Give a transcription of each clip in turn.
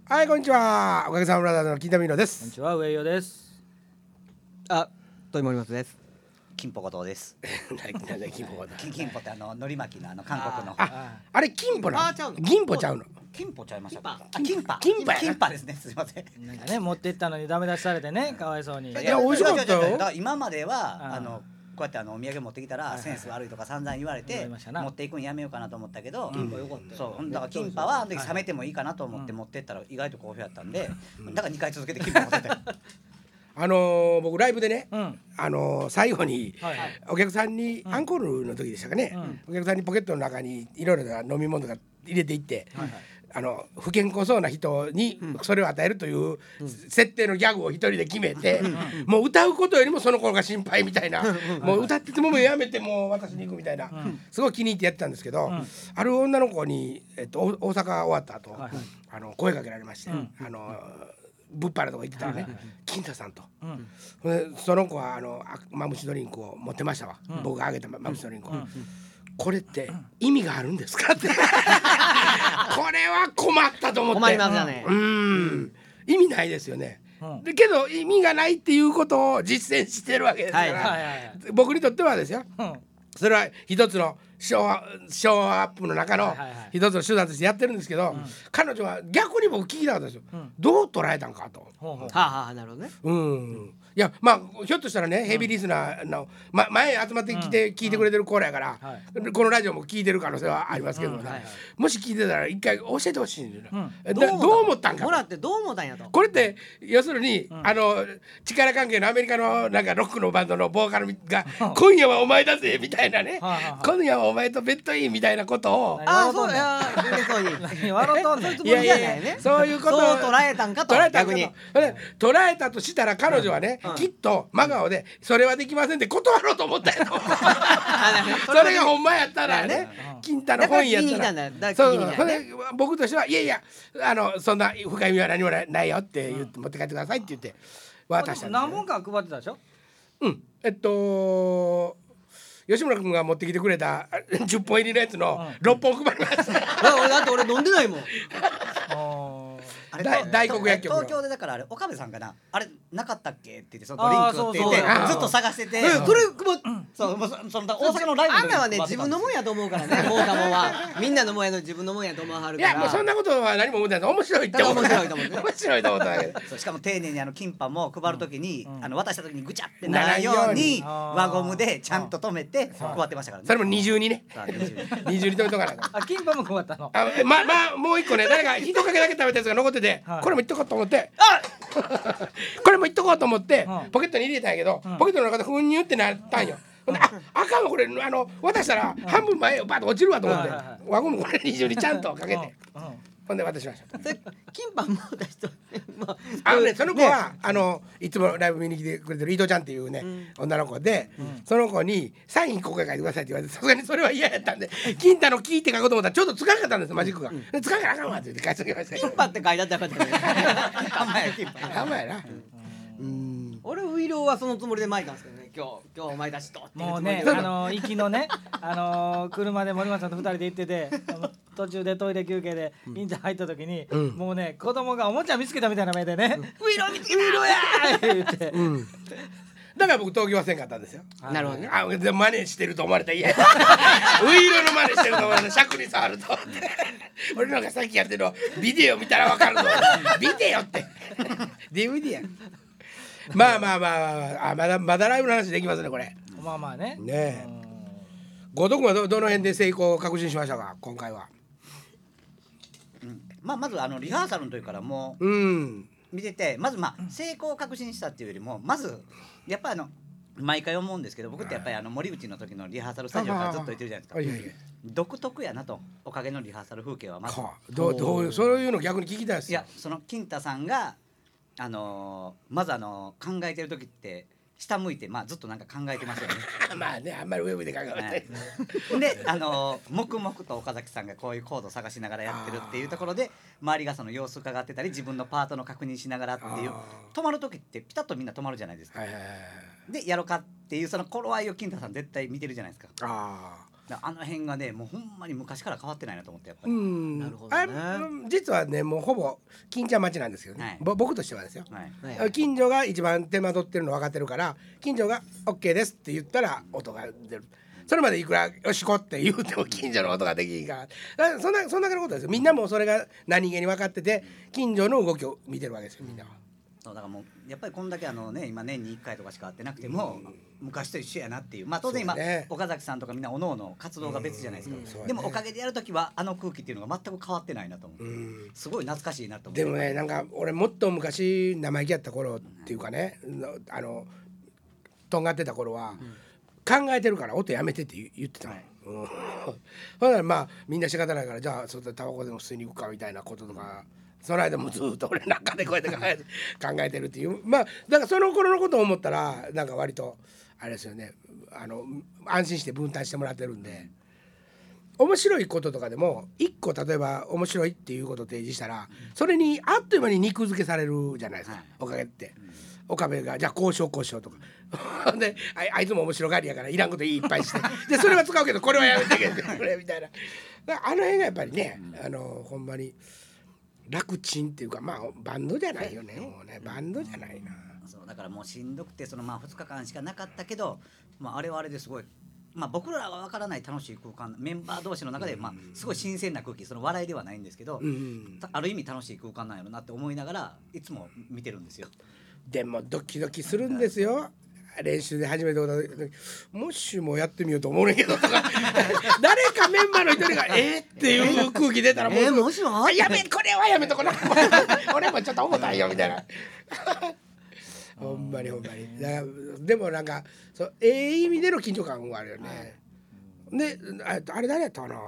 はい、こんにちは。おかげさまブラザーズの金田美濃でこんにす。 ちは、上与です。 豊森松です。 金ポ後藤です。 なんだ金ポだ。 金ポって海苔巻きの韓国の。 あれ金ポなの？銀ポちゃうの？ 金ポちゃいましたか？ 金パ金パですね。すみません。 なんかね、持ってったのにダメ出しされてね、かわいそうに。 いや美味しかったよ。 だから今まではこうやってお土産持ってきたらセンス悪いとか散々言われて持っていくんやめようかなと思ったけど、 金パ良かったよ。 そうだから金パは冷めてもいいかなと思って持ってったら意外と好評やったんで、だから2回続けて金パ持ってった。 僕ライブでね、最後にはいはいお客さんにアンコールの時でしたかね、お客さんにポケットの中にいろいろな飲み物が入れていって、不健康そうな人にそれを与えるという設定のギャグを一人で決めて、もう歌うことよりもその子が心配みたいな、もう歌っててもやめてもう渡しに行くみたいな、すごい気に入ってやってたんですけど、ある女の子に、大阪終わった後、声かけられまして、物販のとこ行ってたらね、金太さんと、その子はマムシドリンクを持ってましたわ、僕があげたマムシドリンクを、これって意味があるんですかってこれは困ったと思って。 困りますよね。 意味ないですよね、だけど意味がないっていうことを実践してるわけですから、僕にとってはですよ、それは一つのショーアップの中の一つの手段としてやってるんですけど、彼女は逆に僕聞きたかったですよ、どう捉えたんかと。 なるほどね。 いやひょっとしたらね、ヘビーリスナーの、前集まってきて聞いてくれてる子らやから、このラジオも聞いてる可能性はありますけどね、もし聞いてたら一回教えてほしいんだよ、どう思ったんか。 もらってどう思ったんやと。 これって要するに、力関係のアメリカのなんかロックのバンドのボーカルが今夜はお前だぜみたいなね、今夜はお前とベッドインみたいなことを、 そうや、そうに笑うとんねん。 いやいやそういうことをそう捉えたんかと。逆に捉えたとしたら彼女はね、きっと真顔でそれはできませんって断ろうと思ったよ。それがほんまやったらね、金太の本やったら、そう僕としてはいやいやそんな深い意味は何もないよって言って持って帰ってくださいって言って渡したんですよ。 何本か配ってたでしょ。 吉村君が持ってきてくれた10本入りのやつの6本配りました。 だって俺飲んでないもん。 大黒薬局の東京でだから岡部さんかな、あれなかったっけって言って、そのドリンクって言ってずっと探してて、 それそうその大阪のライブあんなはね自分のもんやと思うからね。放課後はみんなのもんやの自分のもんやと思わはるから。 いやもうそんなことは何も思ってない。面白いって思った。面白いと思っただけで。 しかも丁寧にキンパも配るときに渡したときにぐちゃってならんように輪ゴムでちゃんと止めて配ってましたからね。 それも二重にね、二重に止めとかないと。 金パも配ったの。 もう一個ね、誰か一かけだけ食べたやつが残ってて、これもいっとこうと思って、これもいっとこうと思ってポケットに入れたんやけど、ポケットの中でふんにゅってなったんよ。あかんわこれ、渡したら半分前をバッと落ちるわと思って、輪ゴムこれ二重にちゃんとかけて、ほんで渡しました。 金パンも出しとその子はいつもライブ見に来てくれてる伊藤ちゃんっていうね、女の子で、その子にサインここへ書いてくださいって言われて、さすがにそれは嫌やったんで、金太のキーって書こうと思ったらちょっと使わなかったんですよ、マジックが。使わなあかんわって言って返してきました。 金パって書いてあったらよかったね。 あんまやな。 俺ウイローはそのつもりで巻いたんですけどね。今日お前出しともうね、行きのね、車で森松さんと2人で行ってて、途中でトイレ休憩でインター入った時に、もうね、子供がおもちゃ見つけたみたいな目でね、ウイロー見つけた、ウイローやー言って、 だから僕東京はせんかったんですよ。 なるほどね。 で真似してると思われたら嫌や。ウイロの真似してると思われたら尺に触ると。俺のがさっきやってるのビデオ見たらわかるぞ。ビデオって DVD や。まだライブの話できますねこれ。 まあね。 ねえ。後藤君はどの辺で成功を確信しましたか今回は。 まずリハーサルの時からもう見てて、まず成功を確信したっていうよりも、まずやっぱ毎回思うんですけど、僕ってやっぱり森口の時のリハーサルスタジオからずっと言ってるじゃないですか。独特やなと、おかげのリハーサル風景はまず。 どうそういうの逆に聞きたいです。 いや、その金太さんがまず考えてる時って下向いてずっとなんか考えてますよね。 まあね、あんまり上で考えない。 で黙々と岡崎さんがこういうコードを探しながらやってるっていうところで、周りがその様子伺ってたり自分のパートの確認しながらっていう、止まる時ってピタッとみんな止まるじゃないですか。でやろうかっていうその頃合いを金太さん絶対見てるじゃないですか。 あの辺がねもうほんまに昔から変わってないなと思ってやっぱり。 なるほどね。 実はねもうほぼ近所町なんですよね、 はい僕としてはですよ、 はい、 近所が一番手間取ってるの分かってるから近所が OK ですって言ったら音が出る。それまでいくらよしこって言うても近所の音ができんから、そんなだけのことですよ。みんなもそれが何気に分かってて近所の動きを見てるわけですよみんなは。 そうだからもうやっぱりこんだけ今年に1回とかしか会ってなくても、昔と一緒やなっていう、まあ当然今、 ね、 岡崎さんとかみんなおのおの活動が別じゃないですか、でもおかげでやるときはあの空気っていうのが全く変わってないなと思って、すごい懐かしいなと思って。 でもねなんか俺もっと昔生意気やった頃っていうかね、とんがってた頃は、考えてるから音やめてって言ってたの、ほんならまあみんな仕方ないからじゃあそれでタバコでも吸いに行くかみたいなこととか、その間もずっと俺中でこうやって考えてるっていう、まあだからその頃のことを思ったらなんか割とあれですよね、安心して分担してもらってるんで、面白いこととかでも一個例えば面白いっていうことを提示したらそれにあっという間に肉付けされるじゃないですか、おかげって。岡部がじゃあ交渉とかであいつも面白がりやからいらんこといっぱいしてでそれは使うけどこれはやめてけってこれみたいな、あの辺がやっぱりね、ほんまに楽ちんっていうかまあバンドじゃないよね、もうねバンドじゃないな。 そうだからもうしんどくてまあ2日間しかなかったけど、まあ、あれはあれですごい、まあ、僕らは分からない楽しい空間、メンバー同士の中で、まあ、すごい新鮮な空気、笑いではないんですけど、ある意味楽しい空間なんやろなって思いながらいつも見てるんですよ。 でもドキドキするんですよ、練習で初めて歌う時もしもやってみようと思うねんけどとか誰かメンバーの一人がっていう空気出たらもしもやめこれはやめとこな俺もちょっと重たいよみたいなほんまにだからでもなんか意味での緊張感はあるよね、であれ誰やったかな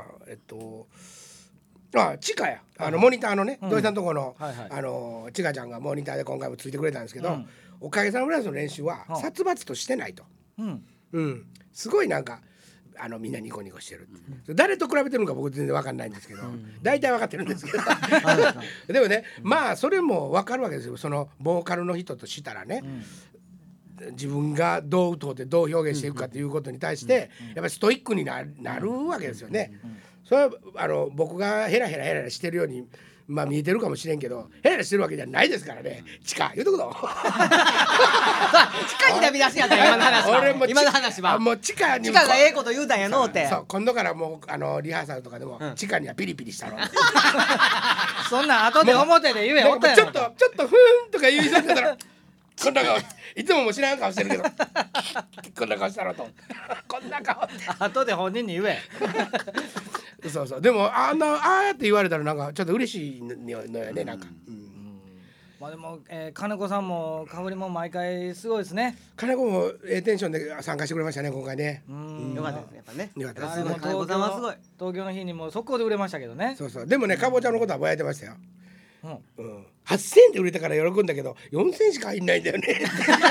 チカやモニターのね、土井さんとこのチカちゃんがモニターで今回もついてくれたんですけど、おかげさまブラスの練習は殺伐としてないと、すごいなんかみんなニコニコしてるって、誰と比べてるのか僕全然分かんないんですけど、大体分かってるんですけどでもねまあそれも分かるわけですよ、そのボーカルの人としたらね、自分がどう歌うてどう表現していくかということに対してやっぱりストイックになるわけですよね。それは僕がヘラヘラしてるようにまあ見えてるかもしれんけどヘラヘラしてるわけじゃないですからね。チカ言うとくぞチカにダビ出しやった今の話は。 俺も今の話はもうチカがええこと言うたんやのって。 そう今度からもうリハーサルとかでも、チカにはピリピリしたのそんなん後で表で言えおったやん。 ちょっとふーんとか言いそうだったらこんな顔いつもも知らん顔してるけどこんな顔したろとこんな顔って後で本人に言えそうでもああやって言われたらなんかちょっと嬉しいのよねなんか、 まあでも、金子さんも香りも毎回すごいですね。 金子もテンションで参加してくれましたね今回ね。 よかったですやっぱね。 よかったです。 金子さんはすごい。 東京の日にも速攻で売れましたけどね。 そうでもねかぼちゃのことはぼやいてましたよ。8,000円で売れたから喜んだけど4,000円しか入んないんだよね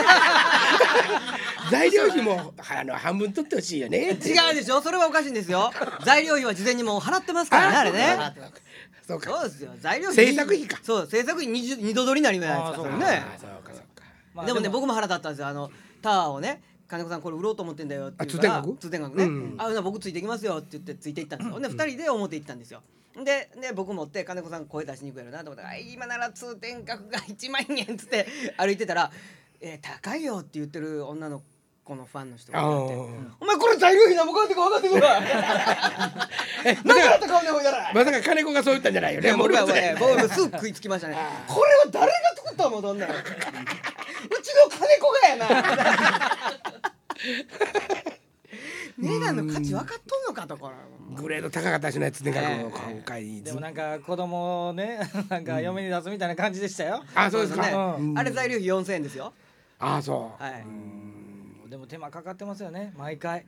材料費も半分取ってほしいよね。 違うでしょ、それはおかしいんですよ。材料費は事前にもう払ってますからねあれね。 そうですよ、材料費制作費か。 そう制作費二度取りになりますからね。でもね僕も腹立ったんですよ。タワーをね金子さんこれ売ろうと思ってんだよって言うから通天閣ね、僕ついていきますよって言ってついていったんですよ。で2人で表行ったんですよ。で僕持って金子さん声出しに行くやろなと思ったら今なら通天閣が1万円っつって歩いてたら高いよって言ってる女の子のファンの人がいてお前これ材料費何もかかってか分かってくるわ何だったかおねほいだらまさか金子がそう言ったんじゃないよね。 僕はねすぐ食いつきましたねこれは誰が作ったもんどんなんうちの金子がやな値段の価値分かっとんのかところグレード高かったしね通天閣も今回でもなんか子供をねなんか嫁に出すみたいな感じでしたよ。 そうですか。 あれ材料費4,000円ですよ。 そうでも手間かかってますよね毎回。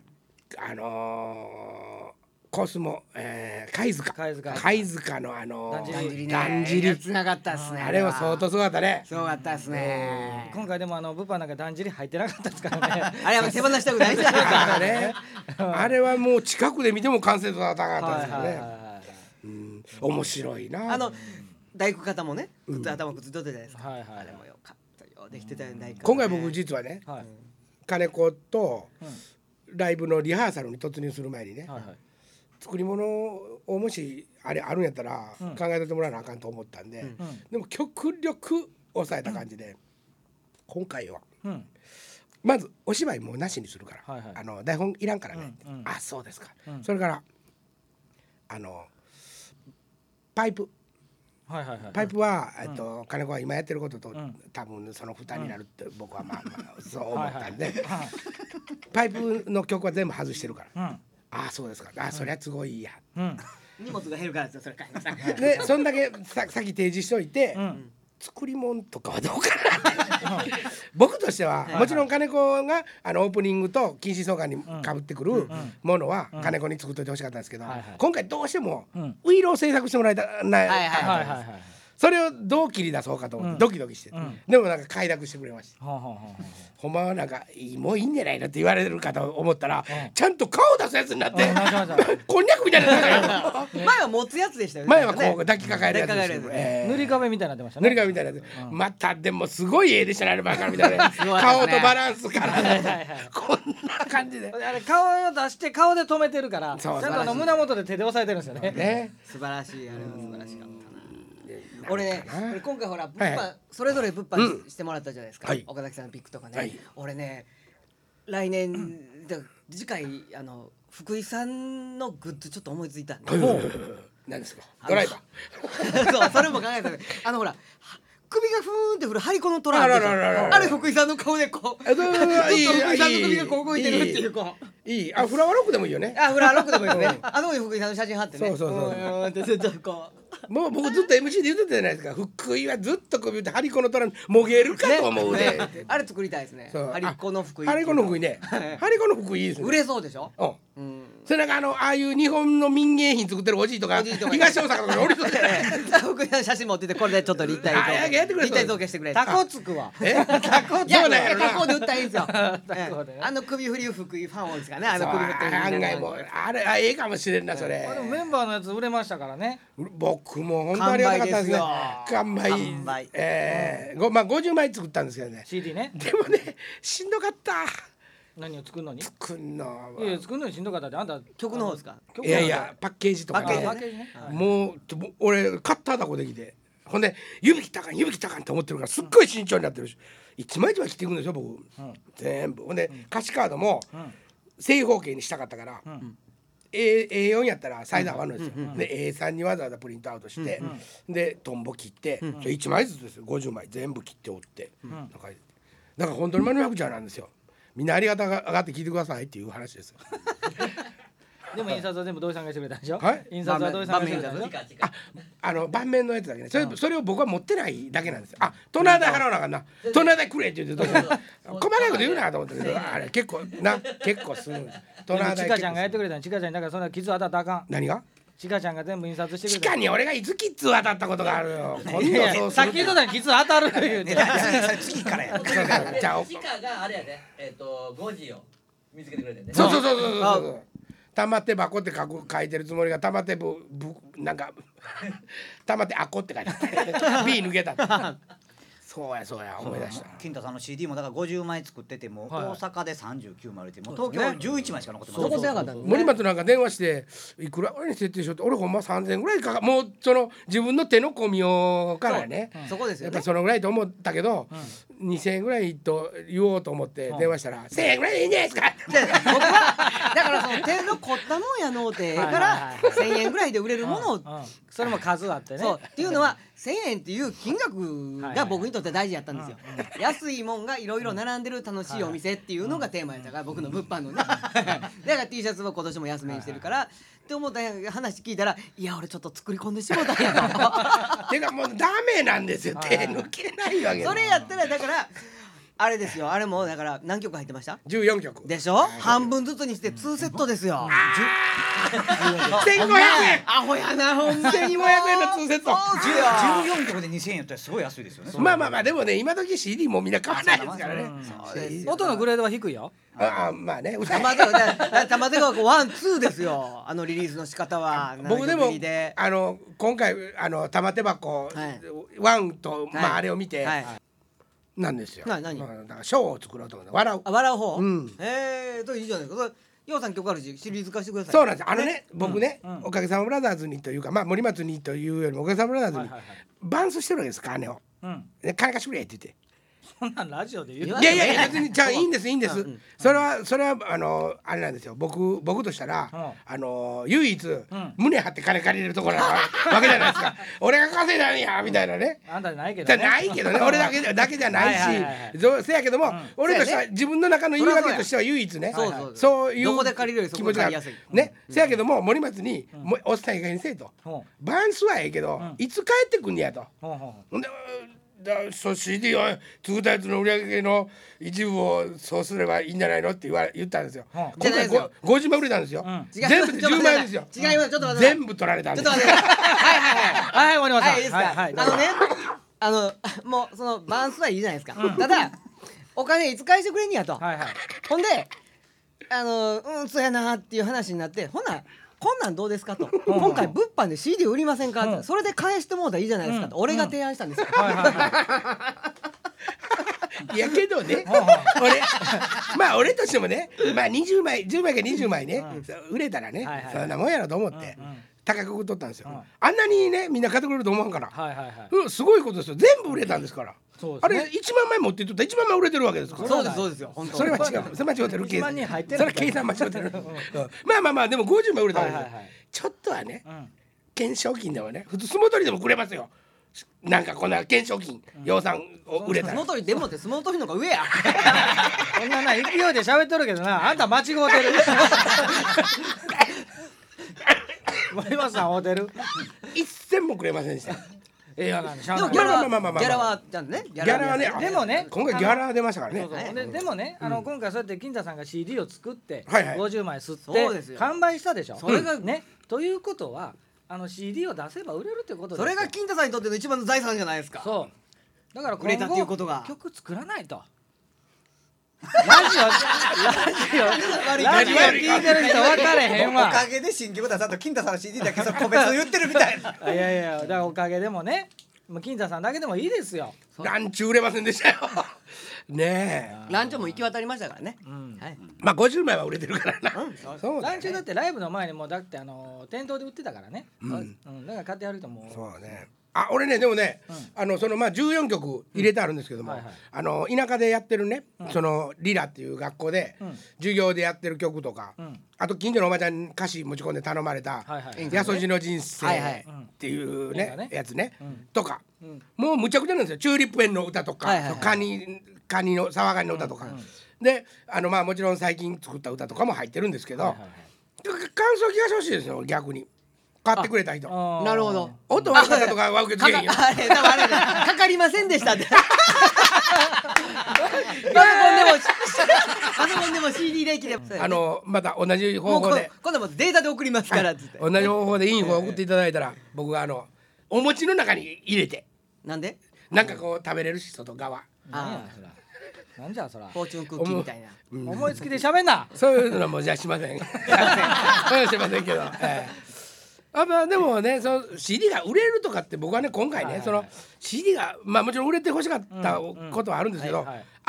コスモ貝塚のだんじりつながったっすね。 あれも相当すごかったね。 すごかったっすね。 今回でも物販なんかだんじり入ってなかったですからねあれは手放したくないじゃないかねあれはもう近くで見ても完成度が高かったですよね。面白いな。 大工方もね頭くっついとったじゃないですか。あれもよかったよできてたよ大工。 今回僕実はね金子とライブのリハーサルに突入する前にね、作り物をもしあれあるんやったら考えててもらわなあかんと思ったんで、でも極力抑えた感じで、今回はまずお芝居もなしにするから、台本いらんからね、あそうですか、それからパイプは金子が今やってることと多分その2になるって僕はまあそう思ったんで、パイプの曲は全部外してるから、あそうですか、あそりゃ都合いいや、 荷物が減るからですよそれでそんだけ先提示しといて、作り物とかはどうかなって僕としてはもちろん金子がオープニングと近親相関にかぶってくるものは金子に作っといてほしかったんですけど、今回どうしてもウイロを制作してもらいたない、それをどう切り出そうかと思ってドキドキしてて、でもなんか快諾してくれました。ほんまはなんかもういいんじゃないのって言われるかと思ったら、ちゃんと顔出すやつになってこんにゃくみたいな前は持つやつでしたよね。 前はこう抱きかかえるやつでした。 塗り壁みたいになってましたね。 塗り壁みたいになって、またでもすごい絵でしたね、あれ前からみたいな顔とバランスからこんな感じで、 あれ顔を出して顔で止めてるから、ちゃんと胸元で手で押さえてるんですよね。 素晴らしい、あれは素晴らしかったな。俺ね、今回ほら物販それぞれ物販してもらったじゃないですか、岡崎さんのピックとかね。俺ね、来年次回福井さんのグッズちょっと思いついたんで。 何ですか？ドライバー。そう、それも考えた。ほら首がふーんって振る張り子のトランプ、あれ福井さんの顔でこう、ずっと福井さんの首がこう動いてるっていう、こういい、フラワーロックでもいいよね。 フラワーロックでもいいよね。に福井さんの写真貼ってね。 そうってずっとこう。 もう僕ずっと MC で言ってたじゃないですか。福井はずっと首って張り子のトランプもげるかと思うね。 あれ作りたいですね。張り子の福井。 張り子の福井ね。張り子の福井いいですね。 売れそうでしょ。 それなんかああいう日本の民芸品作ってるおじいとか東大阪とかにおりそうでね。 福井の写真持ってて、これでちょっと立体造形してくれ。 タコつくわ。 タコで売ったらいいんですよ。首振り福井ファン多いですからね。首振ってる案外もあれええかもしれんなそれ。 メンバーのやつ売れましたからね。 僕も本当ありがたかったですね。完売。まあ50枚作ったんですけどね。 CD ね。 でもねしんどかった。 何を作るのに？ 作るの。 いや作るのにしんどかったって、あんた曲の方ですか？ いやパッケージとかね。もう俺カッターだこできて、ほんで指切ったかんって思ってるからすっごい慎重になってるし、一枚一枚切っていくんですよ僕。全部。ほんで歌詞カードも正方形にしたかったから。A4 やったらサイズ合わるんですよ。で A3 にわざわざプリントアウトして、でトンボ切って、1枚ずつですよ。50枚全部切って折って、だから本当にマニュファクチャーなんですよ。みんなありがたがって聞いてくださいっていう話ですよ。 でも印刷は全部土井さんがしてくれたでしょ。 はい。 印刷は土井さんがしてくれたでしょ。 盤面のやつだけね。それを僕は持ってないだけなんですよ。隣代払わなあかんな。隣代くれって言って細かいこと言うなと思ったけど、あれ結構するんです。 ちかちゃんがやってくれたの。ちかちゃんだからそんな傷当たったらあかん。 何が？ ちかちゃんが全部印刷してくれた。 ちかに俺がいつキッズ当たったことがあるよ。 さっき言ったのに傷当たる言うて。 次からや。 じゃあちかがあれやで、5時を見つけてくれてね。 そう。玉手箱って書いてるつもりが玉手なんか玉手あこって書いてあって B 抜けた。そうや思い出した。 金太さんの CD もだから50枚作ってても大阪で39枚売れて、もう東京11枚しか残ってません。 森松なんか電話していくらに設定しようって、俺ほんま3000円ぐらいかか、もうその自分の手の込みようからね。 そこですよね。 やっぱそのぐらいと思ったけど、2000円ぐらいと言おうと思って電話したら1000円ぐらいでいいんじゃないですか。 僕はだからその手の凝ったもんやのうてから1000円ぐらいで売れるものを、 それも数あってね。 そうっていうのは1000円っていう金額が僕にとって大事やったんですよ。安いもんがいろいろ並んでる楽しいお店っていうのがテーマやったから、僕の物販のね。だから T シャツは今年も安めにしてるからって思った話聞いたら、いや俺ちょっと作り込んでしもたんやと。 てかもうダメなんですよ。手抜けないわけ。 それやったらだからあれですよ。あれもだから何曲入ってました？ 14曲でしょ。半分ずつにして2セットですよ。 1500円。 アホやなほんまに。 1500円の2セット。 14曲で2000円やったらすごい安いですよね。 まあでもね、今時 CD もみんな買わないですからね。 音のグレードは低いよ。 まあね。 玉手がワンツーですよ。リリースの仕方は。 僕でも今回玉手箱1とあれを見て、 なんですよ。 何だからショーを作ろうと思って笑う。 笑う方。 うん。 いいじゃないですか。ようさん曲あるしシリーズ化してください。 そうなんです。僕ね、おかげさまブラザーズにというか森松にというよりもおかげさまブラザーズにバンスしてるわけです。金を。金貸してくれって言って。 そんなんラジオで言う。 いや別にじゃあいいんです。それはあれなんですよ。僕としたら唯一胸張って金借りれるところなわけじゃないですか。俺が稼いだんやみたいなね。 あんたじゃないけどね。 ないけどね。俺だけじゃないし、せやけども俺としては自分の中の言い訳としては唯一ね。そういうどこで借りるよりそこで借りやすい。 ね。せやけども森松におっさんいい加減にせえと。バンスはええけどいつ帰ってくんねやと。CD を作ったやつの売り上げの一部をそうすればいいんじゃないのって言ったんですよ。今回50万売れたんですよ。全部で10万円ですよ。 違います。ちょっと待って。 全部取られたんです。 ちょっと待って。はい森松さん。 いいですか。もうそのバンスはいいじゃないですか。ただお金いつ返してくれんやと。ほんでそうやなっていう話になって、ほなこんなんどうですかと。今回物販で CD 売りませんかって。それで返してもうたらいいじゃないですかと俺が提案したんですよ。 いやけどね、俺としてもね、20枚10枚か20枚ね売れたらね、そんなもんやろと思って高く取ったんですよ。あんなにねみんな買ってくれると思わんから、すごいことですよ。全部売れたんですから。あれ1万枚持っていっとったら1万枚売れてるわけですから。 そうですよ。本当。 それは違う。それ間違ってる。 1万人入ってる。 それは計算間違ってる。でも50枚売れたわけですよ。ちょっとはね、懸賞金でもね、普通相撲取りでもくれますよ。なんかこんな懸賞金養蚕を売れたら。 相撲取りでもって相撲取りの方が上や。 こんな勢いで喋っとるけどな、あんた間違うてる。森松さん会うてる。 一銭もくれませんでした。 でもギャラはちゃんとね。 ギャラはね。 でもね、 今回ギャラ出ましたからね。 でもね、今回そうやって金田さんが CD を作って50枚吸って完売したでしょ。それがね、ということはCD を出せば売れるってことですよ。 それが金田さんにとっての一番の財産じゃないですか。 そう。だから売れたっていうことが曲作らないと。ラジオ聞いてる人分かれへんわ。 おかげで新曲出さんと金田さんの CD だけその個別を言ってるみたいな。 いやだからおかげでもね、金田さんだけでもいいですよ。 ランチ売れませんでしたよ。ねえ。ランチも行き渡りましたからね。 50枚は売れてるからな。 ランチだってライブの前にもだって店頭で売ってたからね。だから買ってやるともう。 そうね。俺ねでもね、その14曲入れてあるんですけども、田舎でやってるね、そのリラっていう学校で授業でやってる曲とか、あと近所のおばちゃんに歌詞持ち込んで頼まれた「やそじの人生」っていうねやつねとか、もうむちゃくちゃなんですよ。チューリップ園の歌とか、カニの騒がりの歌とかで、もちろん最近作った歌とかも入ってるんですけど、感想聞かせてほしいですよ。逆に買ってくれた人。 なるほど。 音悪かったとかは受け付けへんよ。 かかりませんでしたって。パソコンでも CD レキでまた同じ方法で今度もデータで送りますからっつって、 同じ方法でインフォ送っていただいたら、僕がお餅の中に入れて、 なんでなんかこう食べれるし、外側。 なんじゃそら。 フォーチュンクッキーみたいな。 思いつきで喋んな。 そういうのもじゃあしません。しませんけど。でもね、その CD が売れるとかって僕はね今回ね、その CD がもちろん売れてほしかったことはあるんですけど、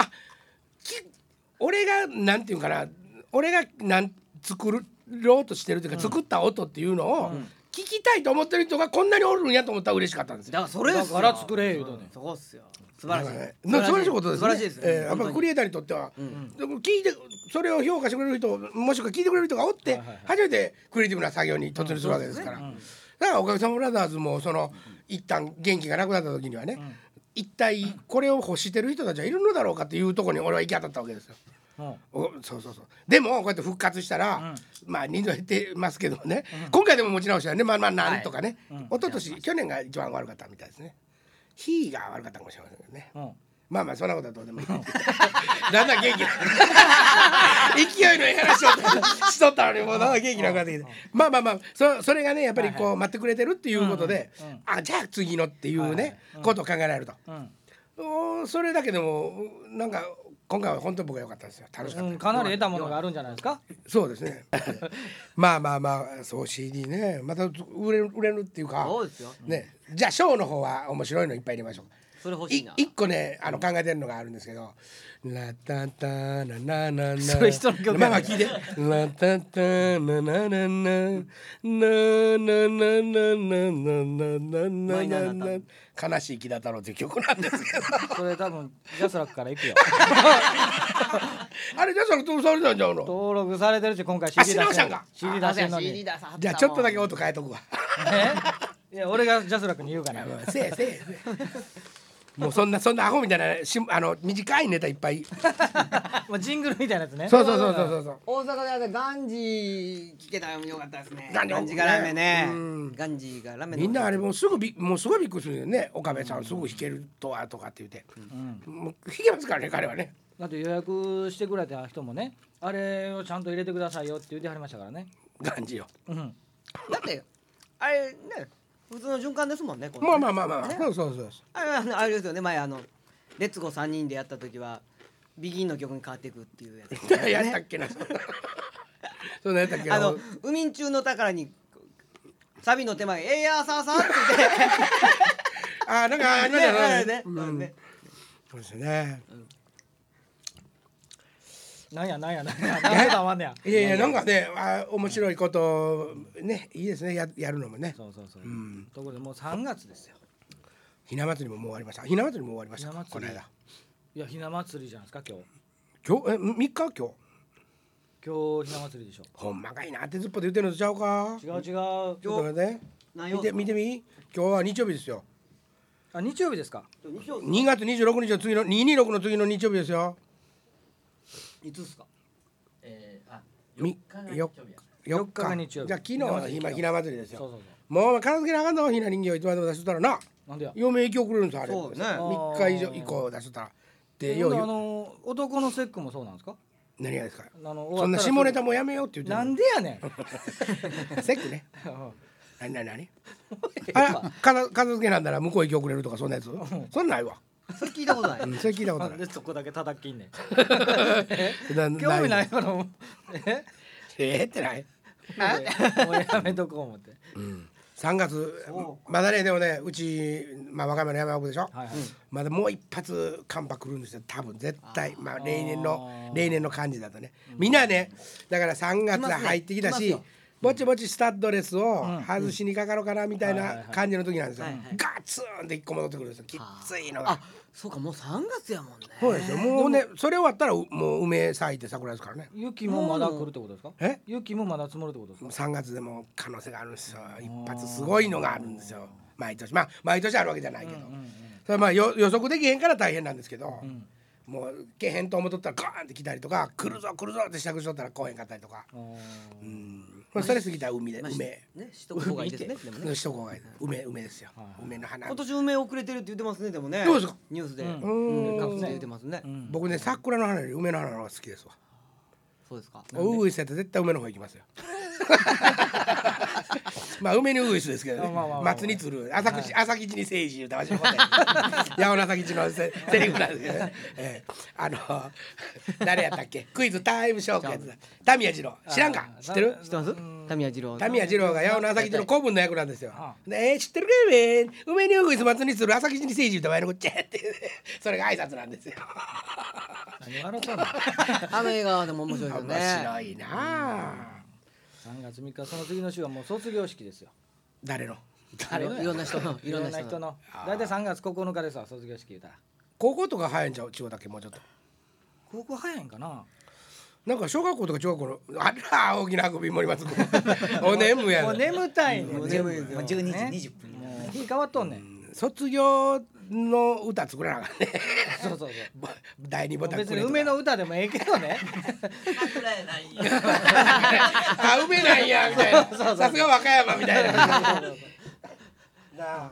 俺がなんていうかな、俺が作ろうとしてるというか、作った音っていうのを聞きたいと思ってる人がこんなにおるんやと思ったら嬉しかったんですよ。 だからそれですよ。 だから作れ言うとね。 そうっすよ。素晴らしい。 素晴らしいことですね。 素晴らしいですね。 やっぱクリエイターにとっては、でも聞いてそれを評価してくれる人、もしくは聞いてくれる人がおって初めてクリエイティブな作業に突入するわけですから。だからおかげさまブラザーズも一旦元気がなくなった時にはね、一体これを欲してる人たちはいるのだろうかっていうところに俺は行き当たったわけですよ。そうでもこうやって復活したら、人数減ってますけどね、今回でも持ち直したよね。なんとかね、一昨年去年が一番悪かったみたいですね。日が悪かったかもしれませんけどね。そんなことはどうでもいい。だんだん元気な勢いの話しとったのにもうだんだん元気なくなってきて、それがねやっぱりこう待ってくれてるっていうことで、じゃあ次のっていうねことを考えられると、それだけでもなんか今回は本当に僕は良かったですよ。楽しかった。 かなり得たものがあるんじゃないですか。 そうですね。そう CD ね、また売れるっていうか。 そうですよ。 ね、じゃあショーの方は面白いのいっぱい入れましょう。 それ欲しいな。 一個ね考えてるのがあるんですけど、ラタタナナナナ、 それ人の曲まあ聞いて、ラタタナナナナナナナナナナ悲しい木田太郎っていう曲なんですけど、 これ多分ジャスラックから行くよ。 あれジャスラック登録されたんちゃうの？ 登録されてるし今回あ CD 出してんの。CD 出してんのに。 CD 出さはったわじゃあちょっとだけ音変えとくわ。 いや俺がジャスラックに言うかな。 せえせえ。もうそんなアホみたいな短いネタいっぱい。 もうジングルみたいなやつね。 そうそう。 大阪でガンジー聞けたらよかったですね。 ガンジーガンジーがラーメンねう。んガンジーがラーメン。 みんなあれもうすごいびっくりするよね。岡部さんすぐ弾けるとはとかって言って、もう弾けますからね彼はね。 だって予約してくれた人もね、あれをちゃんと入れてくださいよって言ってはりましたからね。 感じよ。 うん。 だってあれね普通の循環ですもんね。 まあ、そう。 あれですよね。前レッツゴー3人でやった時はビギンの曲に変わっていくっていうやつ、ね。 やったっけな。そんなやったっけな。 海中の宝にサビの手前エイヤーサーサーって言って。 なんかありましたね。 ね。 そうですね。 なんやなんかわんねや。 いやなんかね面白いことねいいですねやるのもね。 そう。ところでもう3月ですよ。 ひな祭りももう終わりました。ひな祭りも終わりました。この間。 いやひな祭りじゃないですか今日。 今日3日今日ひな祭りでしょ。 ほんまかいなってずっぽで言ってるのとちゃうか。 違う。 ちょっと待って見てみ。今日は日曜日ですよ。 あ日曜日ですか。 2月26日の次の226の次の日曜日ですよ。 いつですか。 4日が日曜日。 じゃあ昨日はひな祭りですよ。 そう。 もう片付けなあかんのひな人形いつまでも出しとったらな。 なんでや。 嫁行き遅れるんですあれ。 そうね 3日以上以降出しとったら。で男の節句もそうなんですか。 何がですか。 そそんな下ネタもやめようって言ってる。 なんでやねん。 セックね。何片付けなんだら向こう行き遅れるとかそんなやつ。そんなんないわ。 それ聞いたことない。 それ聞いたことない。 なんでそこだけ叩きんねん。 興興味ないやろ。 ってない。 もうやめとこう思って。 3月まだねでもねうち和歌山の山奥でしょ。まだもう一発寒波来るんですよ多分絶対。例年の感じだとね。みんなねだから3月入ってきたし。ぼちぼちスタッドレスを外しにかかろうかなみたいな感じの時なんですよ。ガツンって1個戻ってくるんですよ。きついのが。 そうかもう3月やもんね。 そうですよ。もうねそれ終わったらもう梅咲いて桜ですからね。 雪もまだ来るってことですか。雪もまだ積もるってことですか。 3月でも可能性があるんですよ。一発すごいのがあるんですよ。毎年毎年あるわけじゃないけど、それ予測できへんから大変なんですけど、もうけへんと思っとったらガーンって来たりとか来るぞって支度しとったら来へんかったりとか。それ過ぎたら梅ね、しとく方がいいですね。でもね。 しとく方がいい。梅ですよ。梅の花。 今年梅遅れてるって言ってますね。でもね。 どうですか。 ニュースで各地で言ってますね。 僕ね桜の花より梅の花の方が好きですわ。 そうですか。 ウグイスやったら絶対梅の方行きますよ。梅にウグイスですけどね。松に鶴、朝吉に政治言うたわしのことや。八尾の朝吉のセリフなんですけどね。誰やったっけ。クイズタイムショークやつだ。田宮次郎知らんか。知ってる？ 知ってます？田宮次郎が八尾の朝吉の子分の役なんですよ。で知ってるかい梅にウグイス松に鶴朝吉に政治言うたわしのこっちゃってそれが挨拶なんですよ。 あの映画でも面白いですね。 面白いなあ。 3月3日その次の週はもう卒業式ですよ。 誰の？ いろんな人のだいたい3月9日ですわ卒業式言うたら。 高校とか早いんちゃう？中学だけもうちょっと。 高校早いんかな。 なんか小学校とか中学校の大きなあくび盛ります。お眠や。 もう眠たいね。 もう眠いですよ。 12時20分。 もう日変わっとんねん。 卒業の歌作らなあかんね。 そう。 第二ボタン。 別に梅の歌でもええけどね。 桜やないや。 梅なんやみたいな。さすが和歌山みたいな。なあ。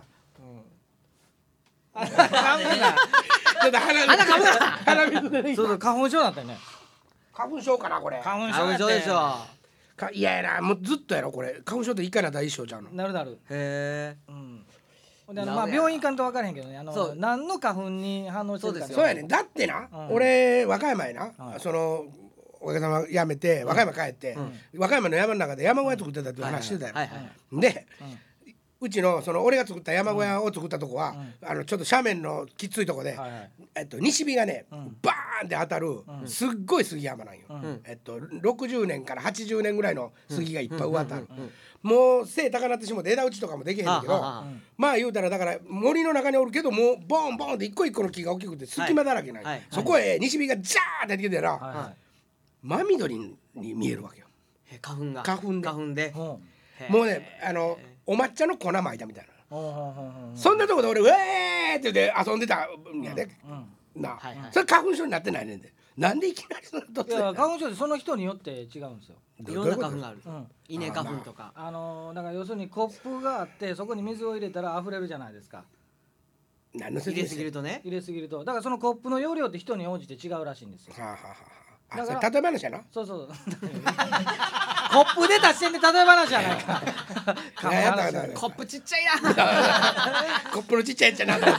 ちょっと鼻水出てきた。 そう花粉症だったよね。 花粉症かなこれ。 花粉症でしょ。 いややなもうずっとやろこれ。花粉症って1回なったら一生ちゃうの。 なる。 へえ。 病院行かんと分からへんけどね。何の花粉に反応してるか。 そうやねん。だってな俺和歌山へなおかげさま辞めて和歌山帰って和歌山の山の中で山小屋作ってたっていう話してたよ。でうちのその俺が作った山小屋を作ったとこは、ちょっと斜面のきついとこで、西日がね、バーンって当たる、すっごい杉山なんよ、60年から80年ぐらいの杉がいっぱい植わってある、もう背高なってしもて枝打ちとかもできへんだけど、まあ言うたらだから森の中におるけどもうボンボンって一個一個の木が大きくて隙間だらけない、そこへ西日がジャーって出てきてたら、真緑に見えるわけよ。 花粉でもうねお抹茶の粉まいたみたいな、そんなとこで俺ウェーって言って遊んでたんやで、なそれ花粉症になってないねんで、なんでいきなりそんなといや花粉症ってその人によって違うんですよ。 いろんな花粉がある、稲花粉とか、 だから要するにコップがあってそこに水を入れたら溢れるじゃないですか。 入れすぎるとね、 入れすぎると、だからそのコップの容量って人に応じて違うらしいんですよ。 だから例え話やな。 そうコップ出た時点で例え話じゃないか。 コップちっちゃいな。 コップのちっちゃいやつやなと思って。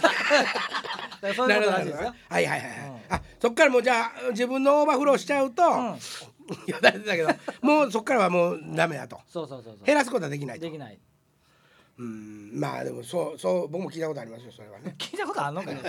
そういうことらしいですよ。 はいあ、そっからもうじゃあ自分のオーバーフローしちゃうと、いやだけどもうそっからはもうダメだと。 そう減らすことはできないと。 できない。 まあでもそう僕も聞いたことありますよ、それはね。 聞いたことあんのかね。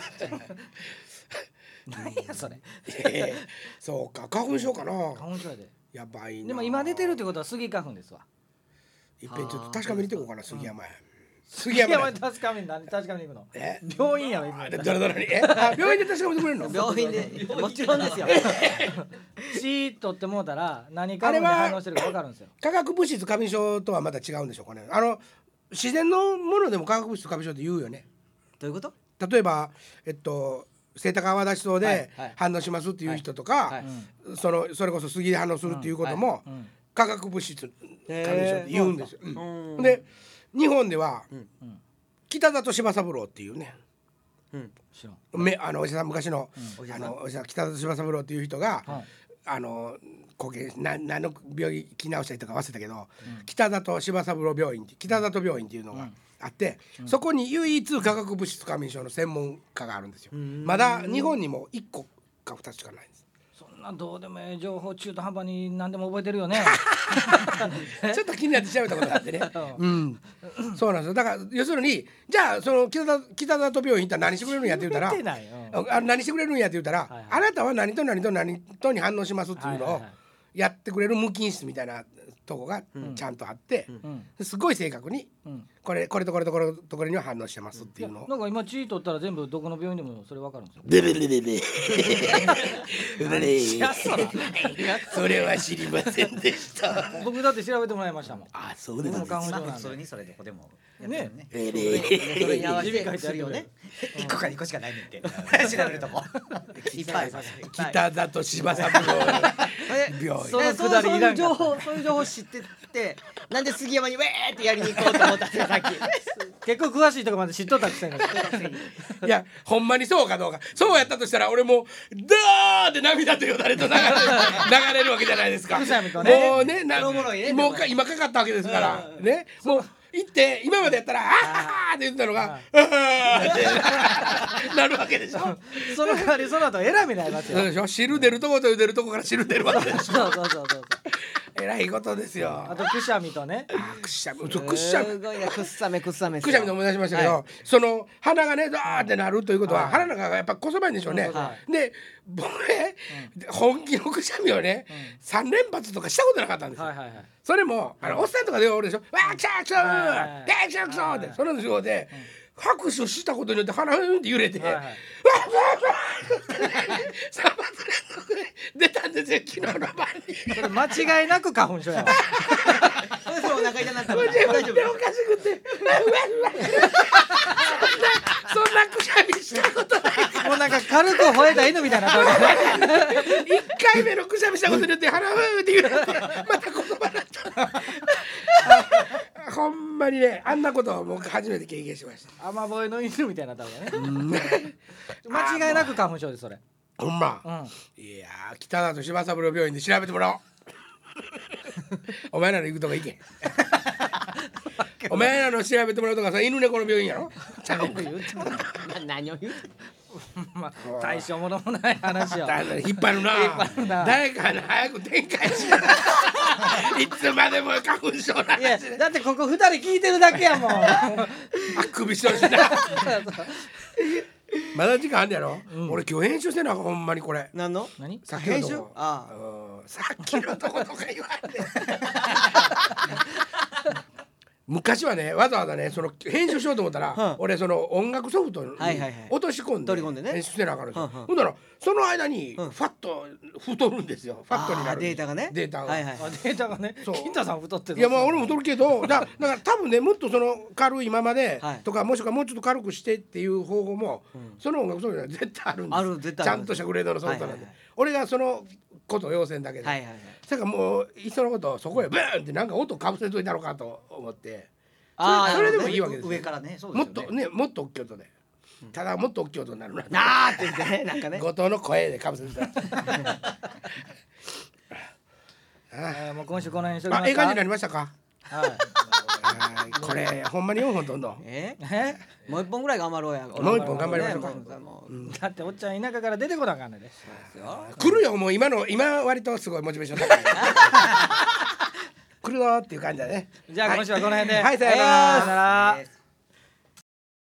何やそれ。 そうか、花粉症かな。 花粉症やで。 やばいな。 でも今出てるってことはスギ花粉ですわ。 いっぺんちょっと確かめに行ってこうかな、杉山へ。 杉山に確かめに行くの。病院やろ今。 どれ病院で確かめてくれるの？ 病院でもちろんですよ。 血取ってもうたら何花粉に反応してるか分かるんですよ。 化学物質過敏症とはまた違うんでしょうかね。自然のものでも化学物質過敏症って言うよね。 どういうこと？ 例えばセイタカアワダチソウで反応しますっていう人とか、それこそ杉で反応するっていうことも化学物質過敏症って言うんですよ。で日本では北里柴三郎っていうね、お医者さん昔のお医者さん北里柴三郎っていう人が何の病気治した人か忘れたけど、北里柴三郎病院って北里病院っていうのがあって、そこに唯一化学物質過敏症の専門家があるんですよ。まだ日本にも1個か2つしかないんです。 そんなどうでもいい情報中途半端に何でも覚えてるよね。 ちょっと気になって調べたことがあってね。そうなんですよ。だから要するにじゃあその北里病院行ったら何してくれるんやって言ったら、何してくれるんやって言ったら、あなたは何と何と何とに反応しますっていうのをやってくれる無菌室みたいなとこがちゃんとあって、すごい正確にこれとこれとこれとこれには反応してますっていうのを。 なんか今血取ったら全部どこの病院でもそれ分かるんですよ。 それは知りませんでした。 僕だって調べてもらいましたもん。 あ、そうですね。 それにそれどこでもね。 それに合わせて書いてあるよね。 1個か2個しかないねんって調べるとこいっぱい北里柴三郎病院。 そういう情報知ってて、なんで杉山にウェーってやりに行こうと思ったんですかさっき。 結構詳しいとこまで知っとったくせに。 いやほんまにそうかどうか、そうやったとしたら俺もダーって涙とよだれと流れるわけじゃないですか。もうね、もう今かかったわけですからね。もう行って今までやったら「あー」って言ってたのが「あー」ってなるわけでしょ。 その代わりその後選びになりますよ。 そうでしょ。汁出るとこと出るとこから汁出るわけでしょ。 そうえらいことですよ。 あとくしゃみとね。 くしゃみすごいな、くっさめくしゃみで思い出しましたけど、その鼻がねザーってなるということは鼻の中がやっぱこそばいんでしょうね。で僕ね本気のくしゃみをね3連発とかしたことなかったんですよ。それもおっさんとかでおるでしょ。わーくしゃくそーでくしゃくそーってその仕事で拍手したことによって鼻がって揺れてわーわーわー3発連続で出たんですよ、昨日の晩に。 それ間違いなく花粉症やわ。 お腹痛なったら大丈夫。おかしくてそんなくしゃみしたことない。 もうなんか軽く吠えた犬みたいな顔で。 1回目のくしゃみしたことによって鼻がって揺れてまた言葉になった。ほんまにね、あんなことを僕初めて経験しました。 雨吠えの犬みたいな顔ね。間違いなく花粉症ですそれ。 ほんま。いや北里柴三郎病院で調べてもらおう。お前らの行くとこ行け。お前らの調べてもらうとかさ、犬猫の病院やろ。 何を言う。 大したものもない話を引っ張るな。誰か早く展開しな。 いつまでも花粉症なんいやだってここ2人聞いてるだけやもんあくびしとるしなまだ時間あんねやろ、俺今日編集してんのほんまにこれ何の何さっきのとこ編集あさっきのとことか言わんで昔はねわざわざねその編集しようと思ったら、俺その音楽ソフトに落とし込んで取り込んでね編集してなあかんのですよ、ほんならその間にファッと太るんですよ、ファットになるデータがねデータが、 はいはいデータがねそう金太さん太ってるいやまあ俺も太るけどだから多分ねもっとその軽いままで、 はいとかもしくはもうちょっと軽くしてっていう方法も、その音楽ソフトには絶対あるんですある絶対あるちゃんとしたグレードのソフトなんで、 はいはいはい俺がそのことを要請だけで、 はいはいはいそれからもういっそのことそこへブーンってなんか音かぶせといたのかと思ってそれでもいいわけですよ上からね、そうですよね。 もっとねもっと大きい音で、ただもっと大きい音になるななーって言ってねなんかね後藤の声でかぶせてたもう今週この辺にしときますかええ感じになりましたかはいこれほんまに4本とんのもう一本ぐらい頑張ろうやもう一本頑張りましょうかだっておっちゃん田舎から出てこなあかんねんで来るよもう今割とすごいモチベーション高い来るぞっていう感じだねじゃあ今週はこの辺ではいさよならさよなら